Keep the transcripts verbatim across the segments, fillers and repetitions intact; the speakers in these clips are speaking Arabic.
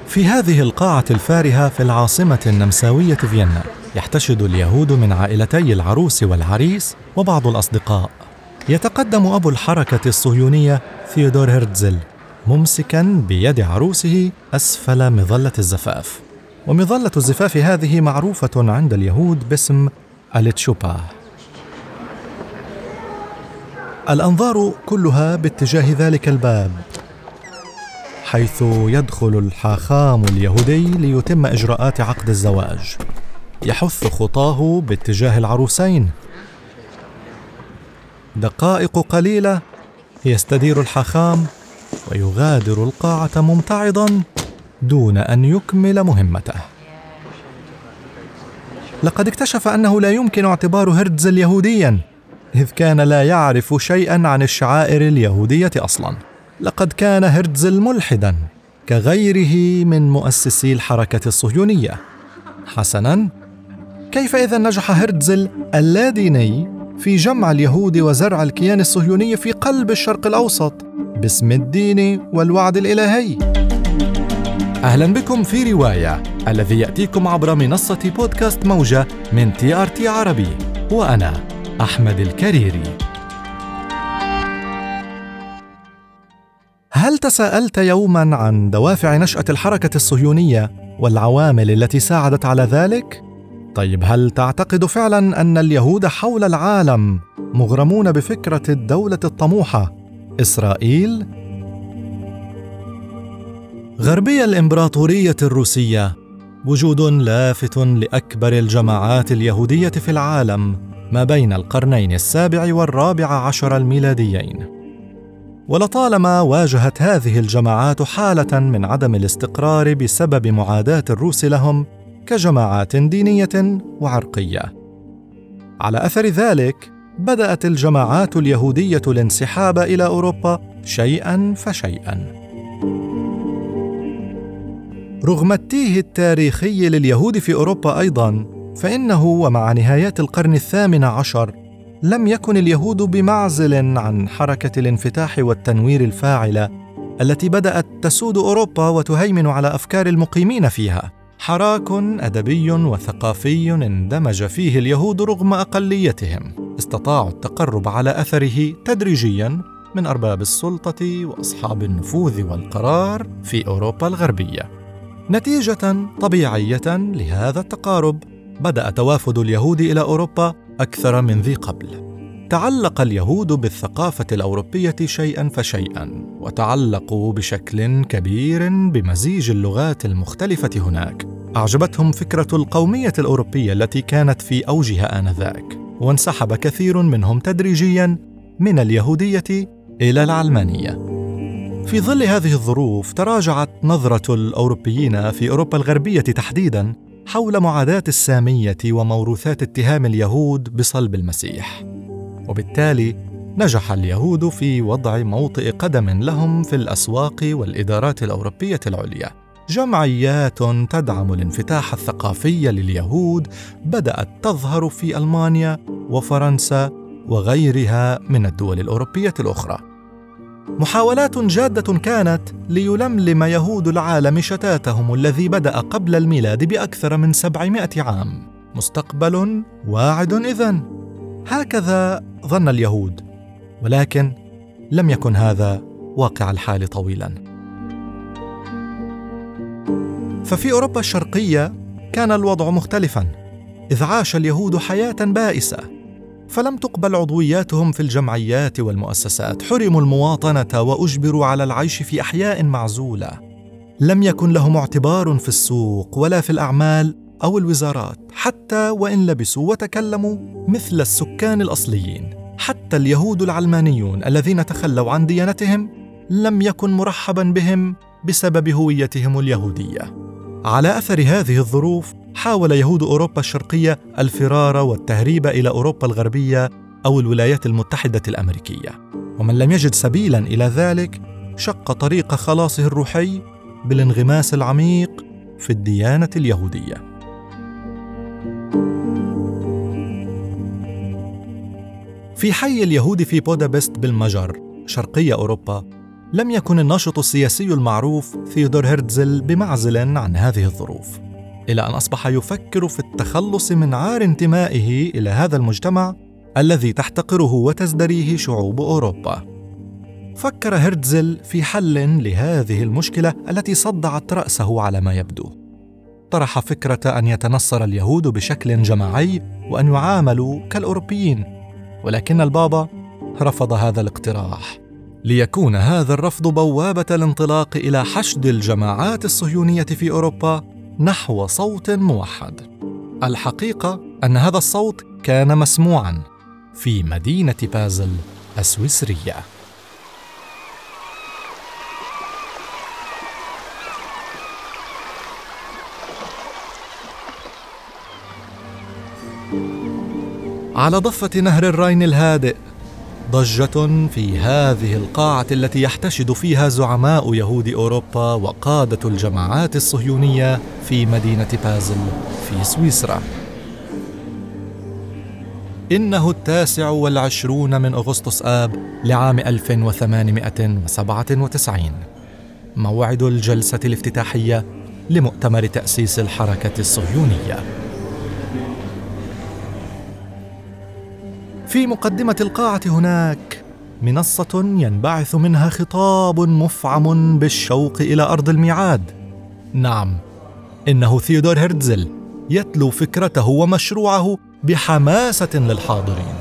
في هذه القاعة الفارهة في العاصمة النمساوية فيينا يحتشد اليهود من عائلتي العروس والعريس وبعض الأصدقاء. يتقدم أبو الحركة الصهيونية ثيودور هرتزل ممسكاً بيد عروسه أسفل مظلة الزفاف، ومظلة الزفاف هذه معروفة عند اليهود باسم التشوبا. الأنظار كلها باتجاه ذلك الباب، حيث يدخل الحاخام اليهودي ليتم إجراءات عقد الزواج. يحث خطاه باتجاه العروسين. دقائق قليلة يستدير الحاخام ويغادر القاعة ممتعضاً دون أن يكمل مهمته. لقد اكتشف أنه لا يمكن اعتبار هرتزل يهودياً، إذ كان لا يعرف شيئاً عن الشعائر اليهودية أصلاً. لقد كان هرتزل ملحداً كغيره من مؤسسي الحركة الصهيونية. حسناً، كيف إذا نجح هرتزل اللاديني في جمع اليهود وزرع الكيان الصهيوني في قلب الشرق الأوسط باسم الدين والوعد الإلهي؟ أهلاً بكم في رواية، الذي يأتيكم عبر منصة بودكاست موجة من تي آر تي عربي، وأنا أحمد الكريري. هل تساءلت يوماً عن دوافع نشأة الحركة الصهيونية والعوامل التي ساعدت على ذلك؟ طيب، هل تعتقد فعلاً أن اليهود حول العالم مغرمون بفكرة الدولة الطموحة إسرائيل؟ غربي الإمبراطورية الروسية وجود لافت لأكبر الجماعات اليهودية في العالم ما بين القرنين السابع والرابع عشر الميلاديين. ولطالما واجهت هذه الجماعات حالة من عدم الاستقرار بسبب معاداة الروس لهم كجماعات دينية وعرقية. على أثر ذلك بدأت الجماعات اليهودية الانسحاب إلى أوروبا شيئاً فشيئاً. رغم التيه التاريخي لليهود في أوروبا أيضاً، فإنه ومع نهايات القرن الثامن عشر لم يكن اليهود بمعزل عن حركة الانفتاح والتنوير الفاعلة التي بدأت تسود أوروبا وتهيمن على أفكار المقيمين فيها. حراك أدبي وثقافي اندمج فيه اليهود رغم أقليتهم، استطاعوا التقرب على أثره تدريجياً من أرباب السلطة وأصحاب النفوذ والقرار في أوروبا الغربية. نتيجة طبيعية لهذا التقارب بدأ توافد اليهود إلى أوروبا أكثر من ذي قبل. تعلق اليهود بالثقافة الأوروبية شيئاً فشيئاً، وتعلقوا بشكل كبير بمزيج اللغات المختلفة هناك. أعجبتهم فكرة القومية الأوروبية التي كانت في أوجها آنذاك، وانسحب كثير منهم تدريجياً من اليهودية إلى العلمانية. في ظل هذه الظروف تراجعت نظرة الأوروبيين في أوروبا الغربية تحديداً حول معاداة السامية وموروثات اتهام اليهود بصلب المسيح، وبالتالي نجح اليهود في وضع موطئ قدم لهم في الأسواق والإدارات الأوروبية العليا. جمعيات تدعم الانفتاح الثقافي لليهود بدأت تظهر في ألمانيا وفرنسا وغيرها من الدول الأوروبية الأخرى. محاولات جادة كانت ليلملم يهود العالم شتاتهم الذي بدأ قبل الميلاد بأكثر من سبعمائة عام. مستقبل واعد إذن، هكذا ظن اليهود، ولكن لم يكن هذا واقع الحال طويلاً. ففي أوروبا الشرقية كان الوضع مختلفاً، إذ عاش اليهود حياة بائسة، فلم تقبل عضوياتهم في الجمعيات والمؤسسات، حرموا المواطنة وأجبروا على العيش في أحياء معزولة، لم يكن لهم اعتبار في السوق ولا في الأعمال أو الوزارات، حتى وإن لبسوا وتكلموا مثل السكان الأصليين. حتى اليهود العلمانيون الذين تخلوا عن ديانتهم لم يكن مرحبا بهم بسبب هويتهم اليهودية. على أثر هذه الظروف حاول يهود أوروبا الشرقية الفرار والتهريب إلى أوروبا الغربية أو الولايات المتحدة الأمريكية، ومن لم يجد سبيلاً إلى ذلك شق طريق خلاصه الروحي بالانغماس العميق في الديانة اليهودية. في حي اليهود في بودابست بالمجر شرقي أوروبا لم يكن الناشط السياسي المعروف ثيودور هرتزل بمعزل عن هذه الظروف، إلى أن أصبح يفكر في التخلص من عار انتمائه إلى هذا المجتمع الذي تحتقره وتزدريه شعوب أوروبا. فكر هرتزل في حل لهذه المشكلة التي صدعت رأسه على ما يبدو. طرح فكرة أن يتنصر اليهود بشكل جماعي وأن يعاملوا كالأوروبيين، ولكن البابا رفض هذا الاقتراح، ليكون هذا الرفض بوابة الانطلاق إلى حشد الجماعات الصهيونية في أوروبا نحو صوت موحد. الحقيقة أن هذا الصوت كان مسموعاً في مدينة بازل السويسرية. على ضفة نهر الراين الهادئ، ضجة في هذه القاعة التي يحتشد فيها زعماء يهود أوروبا وقادة الجماعات الصهيونية في مدينة بازل في سويسرا. إنه التاسع والعشرون من أغسطس آب لعام ألف وثمانمائة وسبعة وتسعين، موعد الجلسة الافتتاحية لمؤتمر تأسيس الحركة الصهيونية. في مقدمة القاعة هناك منصة ينبعث منها خطاب مفعم بالشوق إلى أرض الميعاد. نعم، إنه ثيودور هرتزل يتلو فكرته ومشروعه بحماسة للحاضرين.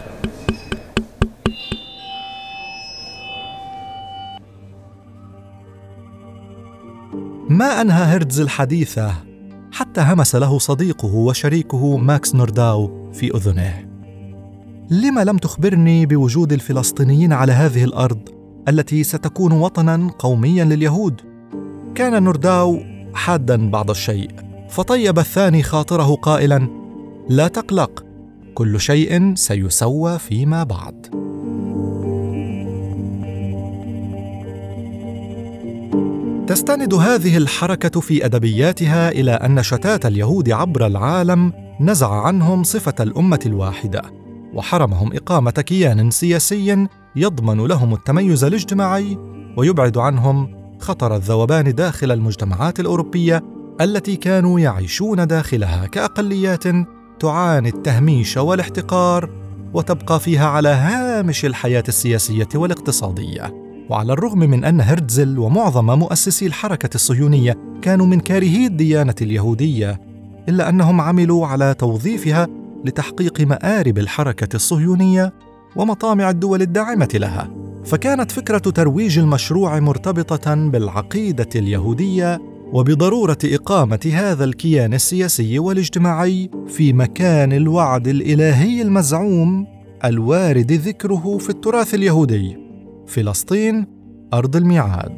ما أنهى هرتزل حديثه حتى همس له صديقه وشريكه ماكس نورداو في أذنه: لما لم تخبرني بوجود الفلسطينيين على هذه الأرض التي ستكون وطناً قومياً لليهود؟ كان نورداو حاداً بعض الشيء، فطيب الثاني خاطره قائلاً: لا تقلق، كل شيء سيسوى فيما بعد. تستند هذه الحركة في أدبياتها إلى أن شتات اليهود عبر العالم نزع عنهم صفة الأمة الواحدة، وحرمهم إقامة كيان سياسي يضمن لهم التميز الاجتماعي ويبعد عنهم خطر الذوبان داخل المجتمعات الأوروبية التي كانوا يعيشون داخلها كأقليات تعاني التهميش والاحتقار وتبقى فيها على هامش الحياة السياسية والاقتصادية. وعلى الرغم من أن هرتزل ومعظم مؤسسي الحركة الصهيونية كانوا من كارهي الديانة اليهودية، إلا أنهم عملوا على توظيفها لتحقيق مآرب الحركة الصهيونية ومطامع الدول الداعمة لها. فكانت فكرة ترويج المشروع مرتبطة بالعقيدة اليهودية وبضرورة إقامة هذا الكيان السياسي والاجتماعي في مكان الوعد الإلهي المزعوم الوارد ذكره في التراث اليهودي: فلسطين أرض الميعاد.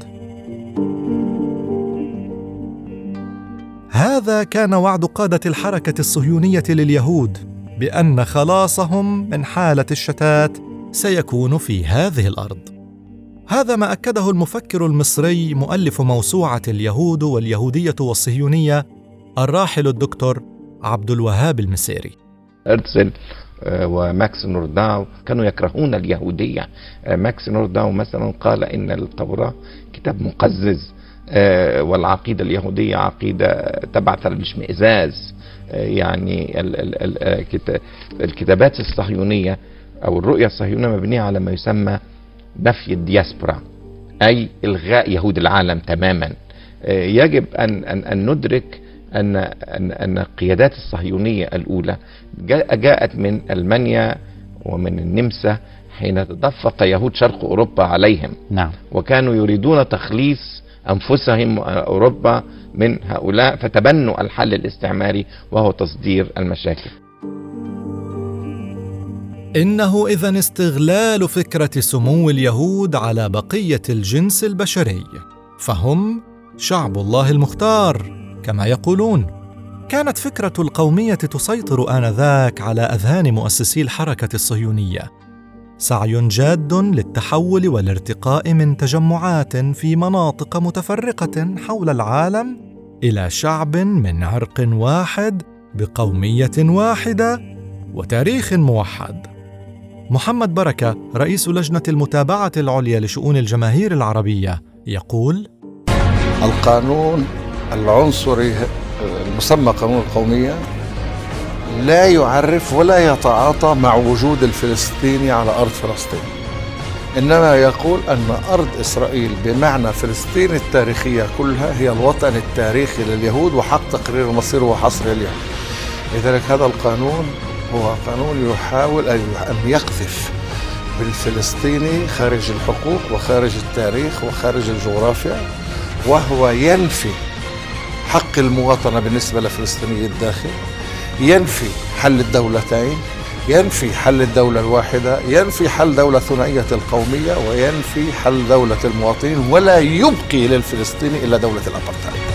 هذا كان وعد قادة الحركة الصهيونية لليهود بأن خلاصهم من حالة الشتات سيكون في هذه الأرض. هذا ما أكده المفكر المصري مؤلف موسوعة اليهود واليهودية والصهيونية الراحل الدكتور عبد الوهاب المسيري. هرتزل وماكس نورداو كانوا يكرهون اليهودية. ماكس نورداو مثلا قال إن التوراة كتاب مقزز، والعقيدة اليهودية عقيدة تبعث الاشمئزاز. يعني الكتابات الصهيونية أو الرؤية الصهيونية مبنية على ما يسمى نفي الدياسبورا، أي إلغاء يهود العالم تماما. يجب أن أن أن ندرك أن أن أن القيادات الصهيونية الأولى جاءت من ألمانيا ومن النمسا حين تدفق يهود شرق أوروبا عليهم. نعم. وكانوا يريدون تخليص أنفسهم أوروبا من هؤلاء، فتبنوا الحل الاستعماري وهو تصدير المشاكل. إنه إذن استغلال فكرة سمو اليهود على بقية الجنس البشري، فهم شعب الله المختار كما يقولون. كانت فكرة القومية تسيطر آنذاك على أذهان مؤسسي الحركة الصهيونية، سعي جاد للتحول والارتقاء من تجمعات في مناطق متفرقة حول العالم إلى شعب من عرق واحد بقومية واحدة وتاريخ موحد. محمد بركة رئيس لجنة المتابعة العليا لشؤون الجماهير العربية يقول: القانون العنصري المسمى قانون القومية لا يعرف ولا يتعاطى مع وجود الفلسطيني على أرض فلسطين، إنما يقول أن أرض إسرائيل بمعنى فلسطين التاريخية كلها هي الوطن التاريخي لليهود وحق تقرير المصير وحصر اليهود. لذلك هذا القانون هو قانون يحاول أن يقذف بالفلسطيني خارج الحقوق وخارج التاريخ وخارج الجغرافيا، وهو ينفي حق المواطنة بالنسبة لفلسطيني الداخل، ينفي حل الدولتين، ينفي حل الدولة الواحدة، ينفي حل دولة ثنائية القومية، وينفي حل دولة المواطنين، ولا يبقي للفلسطيني إلا دولة الأبرتايد.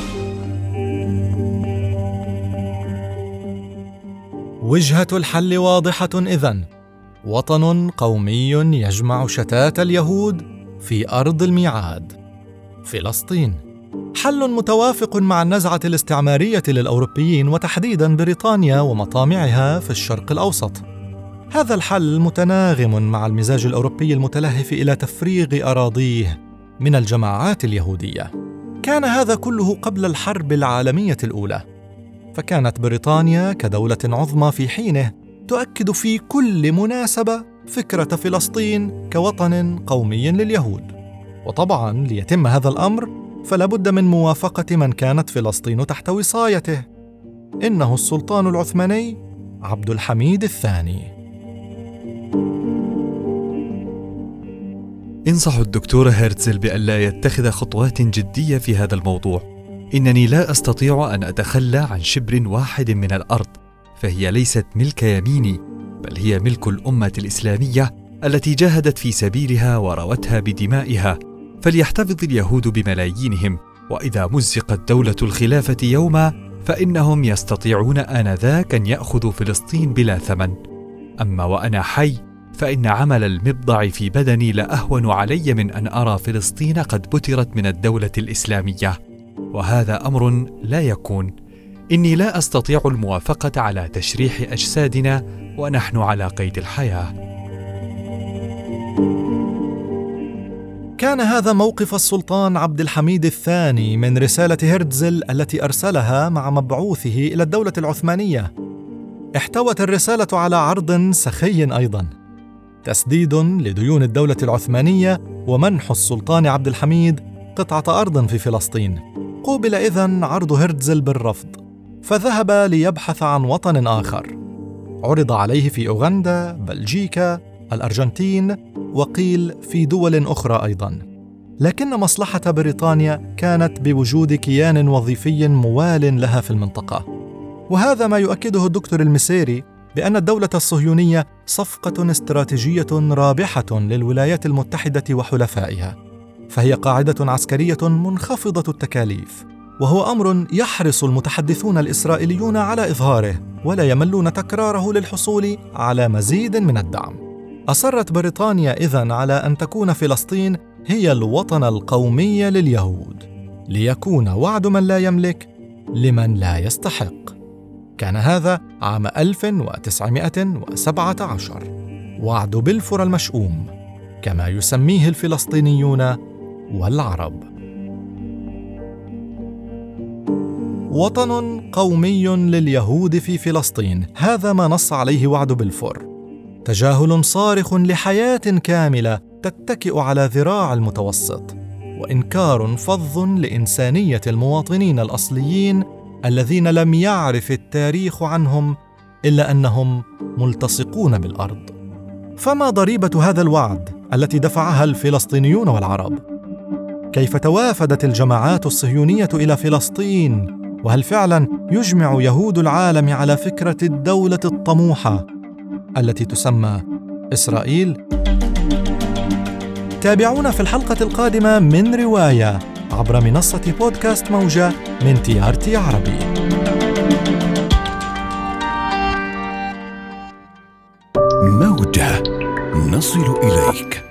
وجهة الحل واضحة إذن: وطن قومي يجمع شتات اليهود في أرض الميعاد، فلسطين. حل متوافق مع النزعة الاستعمارية للأوروبيين وتحديداً بريطانيا ومطامعها في الشرق الأوسط. هذا الحل متناغم مع المزاج الأوروبي المتلهف إلى تفريغ أراضيه من الجماعات اليهودية. كان هذا كله قبل الحرب العالمية الأولى، فكانت بريطانيا كدولة عظمى في حينه تؤكد في كل مناسبة فكرة فلسطين كوطن قومي لليهود. وطبعاً ليتم هذا الأمر فلا بد من موافقة من كانت فلسطين تحت وصايته، إنه السلطان العثماني عبد الحميد الثاني. انصح الدكتور هرتزل بألا يتخذ خطوات جدية في هذا الموضوع. إنني لا أستطيع أن أتخلى عن شبر واحد من الأرض، فهي ليست ملك يميني، بل هي ملك الأمة الإسلامية التي جاهدت في سبيلها وروتها بدمائها. فليحتفظ اليهود بملايينهم، وإذا مزقت دولة الخلافة يوما فإنهم يستطيعون آنذاك أن يأخذوا فلسطين بلا ثمن. أما وأنا حي فإن عمل المبضع في بدني لأهون علي من أن أرى فلسطين قد بترت من الدولة الإسلامية، وهذا أمر لا يكون. إني لا أستطيع الموافقة على تشريح أجسادنا ونحن على قيد الحياة. كان هذا موقف السلطان عبد الحميد الثاني من رسالة هرتزل التي أرسلها مع مبعوثه إلى الدولة العثمانية. احتوت الرسالة على عرض سخي أيضاً: تسديد لديون الدولة العثمانية ومنح السلطان عبد الحميد قطعة أرض في فلسطين. قوبل إذن عرض هرتزل بالرفض، فذهب ليبحث عن وطن آخر. عرض عليه في أوغندا، بلجيكا، الأرجنتين، وقيل في دول أخرى أيضاً. لكن مصلحة بريطانيا كانت بوجود كيان وظيفي موال لها في المنطقة. وهذا ما يؤكده الدكتور المسيري بأن الدولة الصهيونية صفقة استراتيجية رابحة للولايات المتحدة وحلفائها، فهي قاعدة عسكرية منخفضة التكاليف، وهو أمر يحرص المتحدثون الإسرائيليون على إظهاره ولا يملون تكراره للحصول على مزيد من الدعم. أصرت بريطانيا إذن على أن تكون فلسطين هي الوطن القومي لليهود، ليكون وعد من لا يملك لمن لا يستحق. كان هذا عام ألف وتسعمائة وسبعة عشر، وعد بلفور المشؤوم كما يسميه الفلسطينيون والعرب. وطن قومي لليهود في فلسطين، هذا ما نص عليه وعد بلفور. تجاهل صارخ لحياة كاملة تتكئ على ذراع المتوسط، وإنكار فظ لإنسانية المواطنين الأصليين الذين لم يعرف التاريخ عنهم إلا أنهم ملتصقون بالأرض. فما ضريبة هذا الوعد التي دفعها الفلسطينيون والعرب؟ كيف توافدت الجماعات الصهيونية إلى فلسطين؟ وهل فعلا يجمع يهود العالم على فكرة الدولة الطموحة التي تسمى إسرائيل؟ تابعونا في الحلقة القادمة من رواية عبر منصة بودكاست موجة من تي آر تي عربي. موجة نصل إليك.